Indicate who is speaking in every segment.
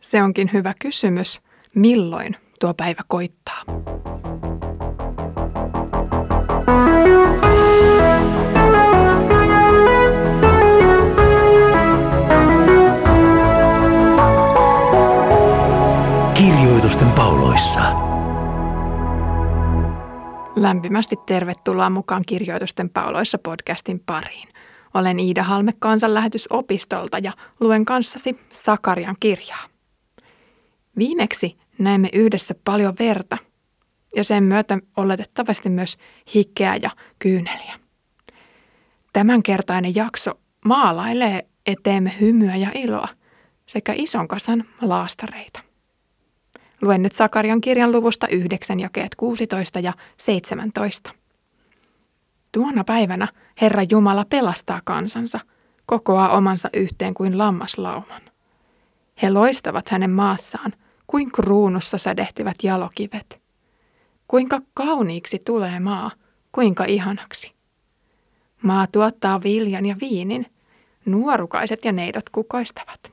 Speaker 1: Se onkin hyvä kysymys, milloin tuo päivä koittaa.
Speaker 2: Kirjoitusten pauloissa.
Speaker 1: Lämpimästi tervetuloa mukaan Kirjoitusten pauloissa podcastin pariin. Olen Iida Halme Kansanlähetysopistolta ja luen kanssasi Sakarian kirjaa. Viimeksi näimme yhdessä paljon verta ja sen myötä oletettavasti myös hikeä ja kyyneliä. Tämänkertainen jakso maalailee eteemme hymyä ja iloa sekä ison kasan laastareita. Luen nyt Sakarian kirjan luvusta 9 jakeet 16 ja 17. Tuona päivänä Herra Jumala pelastaa kansansa, kokoaa omansa yhteen kuin lammaslauman. He loistavat hänen maassaan, kuin kruunussa sädehtivät jalokivet. Kuinka kauniiksi tulee maa, kuinka ihanaksi. Maa tuottaa viljan ja viinin, nuorukaiset ja neidot kukoistavat.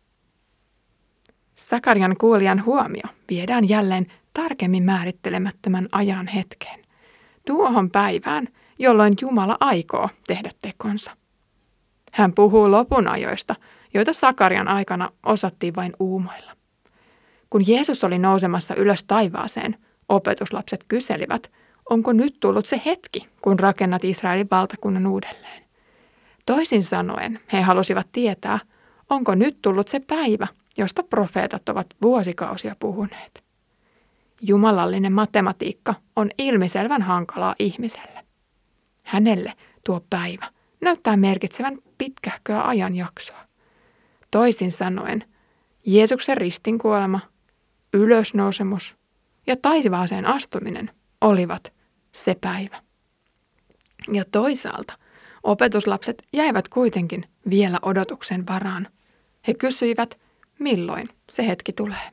Speaker 1: Sakarian kuulijan huomio viedään jälleen tarkemmin määrittelemättömän ajan hetkeen, tuohon päivään, jolloin Jumala aikoo tehdä tekonsa. Hän puhuu lopun ajoista, joita Sakarian aikana osattiin vain uumoilla. Kun Jeesus oli nousemassa ylös taivaaseen, opetuslapset kyselivät, onko nyt tullut se hetki, kun rakennat Israelin valtakunnan uudelleen. Toisin sanoen he halusivat tietää, onko nyt tullut se päivä, josta profeetat ovat vuosikausia puhuneet. Jumalallinen matematiikka on ilmiselvän hankalaa ihmiselle. Hänelle tuo päivä näyttää merkitsevän pitkähköä ajanjaksoa. Toisin sanoen, Jeesuksen ristinkuolema, ylösnousemus ja taivaaseen astuminen olivat se päivä. Ja toisaalta opetuslapset jäivät kuitenkin vielä odotuksen varaan. He kysyivät, milloin se hetki tulee.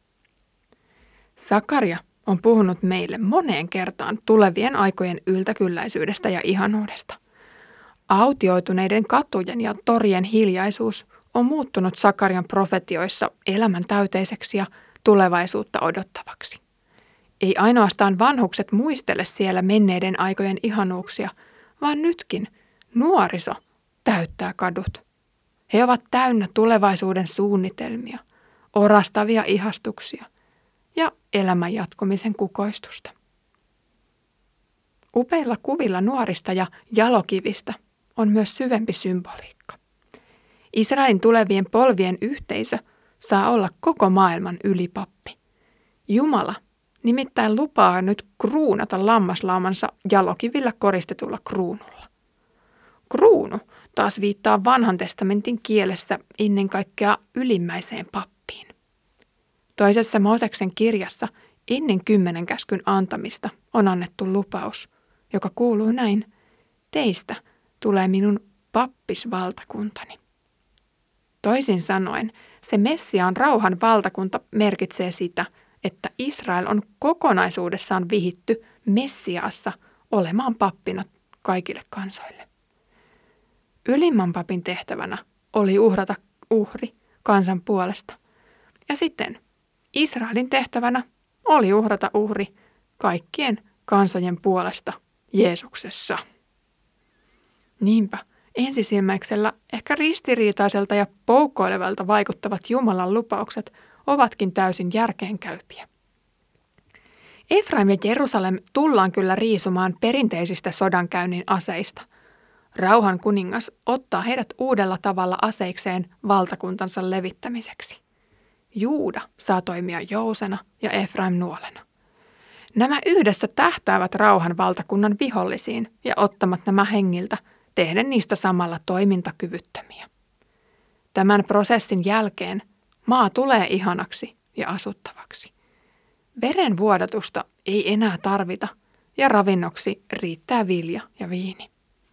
Speaker 1: Sakaria on puhunut meille moneen kertaan tulevien aikojen yltäkylläisyydestä ja ihanuudesta. Autioituneiden katujen ja torien hiljaisuus on muuttunut Sakarian profetioissa elämän täyteiseksi ja tulevaisuutta odottavaksi. Ei ainoastaan vanhukset muistele siellä menneiden aikojen ihanuuksia, vaan nytkin nuoriso täyttää kadut. He ovat täynnä tulevaisuuden suunnitelmia, orastavia ihastuksia ja elämän jatkumisen kukoistusta. Upeilla kuvilla nuorista ja jalokivistä on myös syvempi symboliikka. Israelin tulevien polvien yhteisö saa olla koko maailman ylipappi. Jumala nimittäin lupaa nyt kruunata lammaslaumansa jalokivillä koristetulla kruunulla. Kruunu taas viittaa vanhan testamentin kielessä ennen kaikkea ylimmäiseen pappiin. Toisessa Mooseksen kirjassa ennen 10 käskyn antamista on annettu lupaus, joka kuuluu näin: teistä tulee minun pappisvaltakuntani. Toisin sanoen, se Messiaan rauhan valtakunta merkitsee sitä, että Israel on kokonaisuudessaan vihitty Messiaassa olemaan pappina kaikille kansoille. Ylimmän papin tehtävänä oli uhrata uhri kansan puolesta. Ja sitten Israelin tehtävänä oli uhrata uhri kaikkien kansojen puolesta Jeesuksessa. Niinpä ensisilmäyksellä ehkä ristiriitaiselta ja poukkoilevalta vaikuttavat Jumalan lupaukset ovatkin täysin järkeenkäypiä. Efraim ja Jerusalem tullaan kyllä riisumaan perinteisistä sodankäynnin aseista. Rauhan kuningas ottaa heidät uudella tavalla aseikseen valtakuntansa levittämiseksi. Juuda saa toimia jousena ja Efraim nuolena. Nämä yhdessä tähtäävät rauhan valtakunnan vihollisiin ja ottamat nämä hengiltä, tehden niistä samalla toimintakyvyttömiä. Tämän prosessin jälkeen maa tulee ihanaksi ja asuttavaksi. Veren vuodatusta ei enää tarvita ja ravinnoksi riittää vilja ja viini.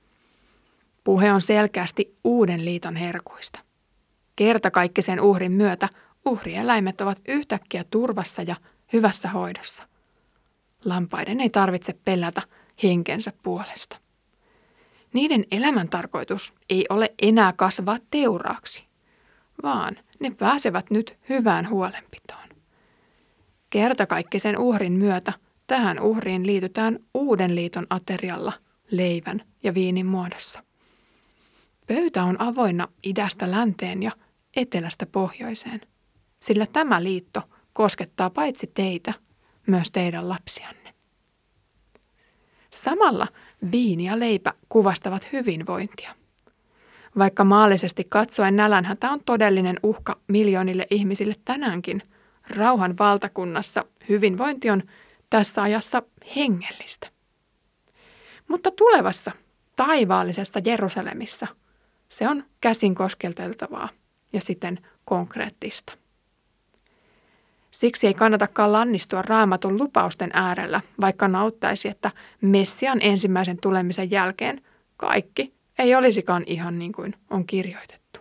Speaker 1: Puhe on selkeästi uuden liiton herkuista. Kertakaikkisen uhrin myötä uhrieläimet ovat yhtäkkiä turvassa ja hyvässä hoidossa. Lampaiden ei tarvitse pelätä henkensä puolesta. Niiden elämäntarkoitus ei ole enää kasvaa teuraaksi, vaan ne pääsevät nyt hyvään huolenpitoon. Kertakaikkisen uhrin myötä tähän uhriin liitytään uuden liiton aterialla leivän ja viinin muodossa. Pöytä on avoinna idästä länteen ja etelästä pohjoiseen, sillä tämä liitto koskettaa paitsi teitä, myös teidän lapsianne. Samalla viini ja leipä kuvastavat hyvinvointia. Vaikka maallisesti katsoen nälänhätä on todellinen uhka miljoonille ihmisille tänäänkin, rauhan valtakunnassa hyvinvointi on tässä ajassa hengellistä. Mutta tulevassa taivaallisessa Jerusalemissa se on käsin kosketeltavaa ja siten konkreettista. Siksi ei kannatakaan lannistua Raamatun lupausten äärellä, vaikka nauttaisi, että Messian ensimmäisen tulemisen jälkeen kaikki ei olisikaan ihan niin kuin on kirjoitettu.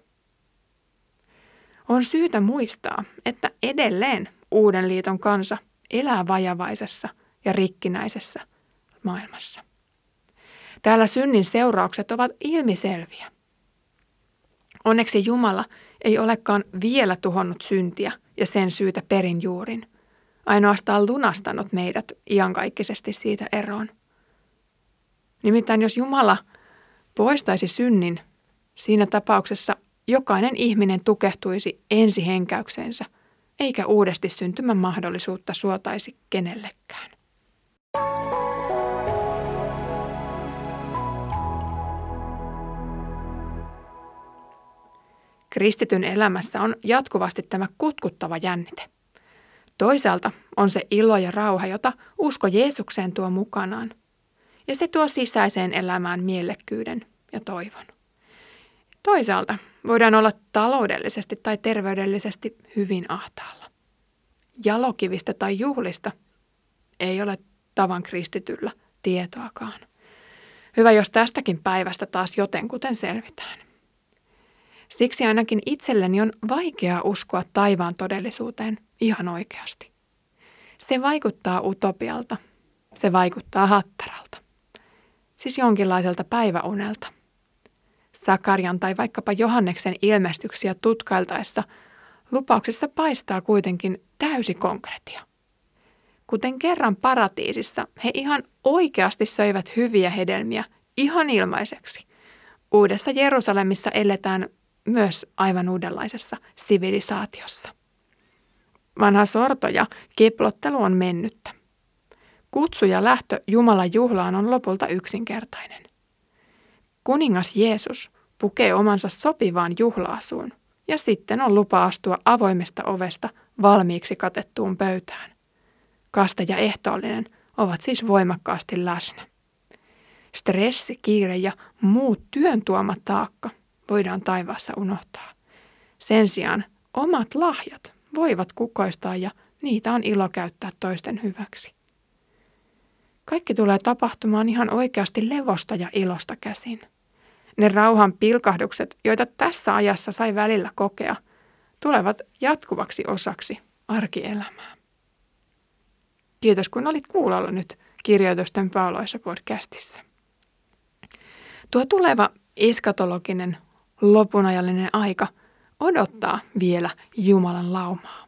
Speaker 1: On syytä muistaa, että edelleen uuden liiton kansa elää vajavaisessa ja rikkinäisessä maailmassa. Täällä synnin seuraukset ovat ilmiselviä. Onneksi Jumala ei olekaan vielä tuhonnut syntiä ja sen syytä perin juurin, ainoastaan lunastanut meidät iankaikkisesti siitä eroon. Nimittäin jos Jumala poistaisi synnin, siinä tapauksessa jokainen ihminen tukehtuisi ensihenkäykseensä, eikä uudesti syntymän mahdollisuutta suotaisi kenellekään. Kristityn elämässä on jatkuvasti tämä kutkuttava jännite. Toisaalta on se ilo ja rauha, jota usko Jeesukseen tuo mukanaan. Ja se tuo sisäiseen elämään mielekkyyden ja toivon. Toisaalta voidaan olla taloudellisesti tai terveydellisesti hyvin ahtaalla. Jalokivistä tai juhlista ei ole tavan kristityllä tietoakaan. Hyvä, jos tästäkin päivästä taas jotenkuten selvitään. Siksi ainakin itselleni on vaikeaa uskoa taivaan todellisuuteen ihan oikeasti. Se vaikuttaa utopialta. Se vaikuttaa hattaralta. Siis jonkinlaiselta päiväunelta. Sakarian tai vaikkapa Johanneksen ilmestyksiä tutkailtaessa lupauksessa paistaa kuitenkin täysi konkretia. Kuten kerran paratiisissa he ihan oikeasti söivät hyviä hedelmiä ihan ilmaiseksi. Uudessa Jerusalemissa eletään myös aivan uudenlaisessa sivilisaatiossa. Vanha sorto ja kiplottelu on mennyttä. Kutsu ja lähtö Jumalan juhlaan on lopulta yksinkertainen. Kuningas Jeesus pukee omansa sopivaan juhla-asuun ja sitten on lupa astua avoimesta ovesta valmiiksi katettuun pöytään. Kaste ja ehtoollinen ovat siis voimakkaasti läsnä. Stressi, kiire ja muut työn tuoma taakka voidaan taivaassa unohtaa. Sen sijaan omat lahjat voivat kukoistaa ja niitä on ilo käyttää toisten hyväksi. Kaikki tulee tapahtumaan ihan oikeasti levosta ja ilosta käsin. Ne rauhan pilkahdukset, joita tässä ajassa sai välillä kokea, tulevat jatkuvaksi osaksi arkielämää. Kiitos kun olit kuulolla nyt Kirjoitusten pauloissa podcastissa. Tuo tuleva eskatologinen lopunajallinen aika odottaa vielä Jumalan laumaa.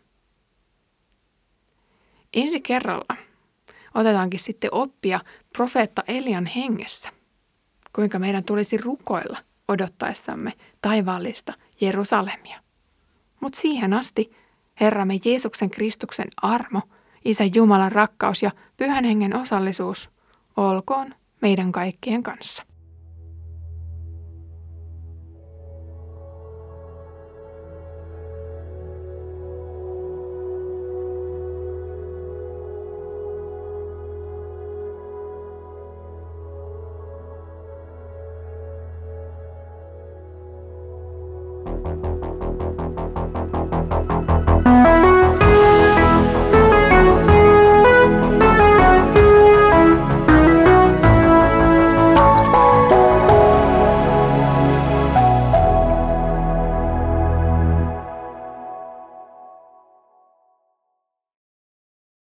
Speaker 1: Ensi kerralla otetaankin sitten oppia profeetta Elian hengessä, kuinka meidän tulisi rukoilla odottaessamme taivaallista Jerusalemia. Mutta siihen asti Herramme Jeesuksen Kristuksen armo, Isä Jumalan rakkaus ja Pyhän Hengen osallisuus olkoon meidän kaikkien kanssa.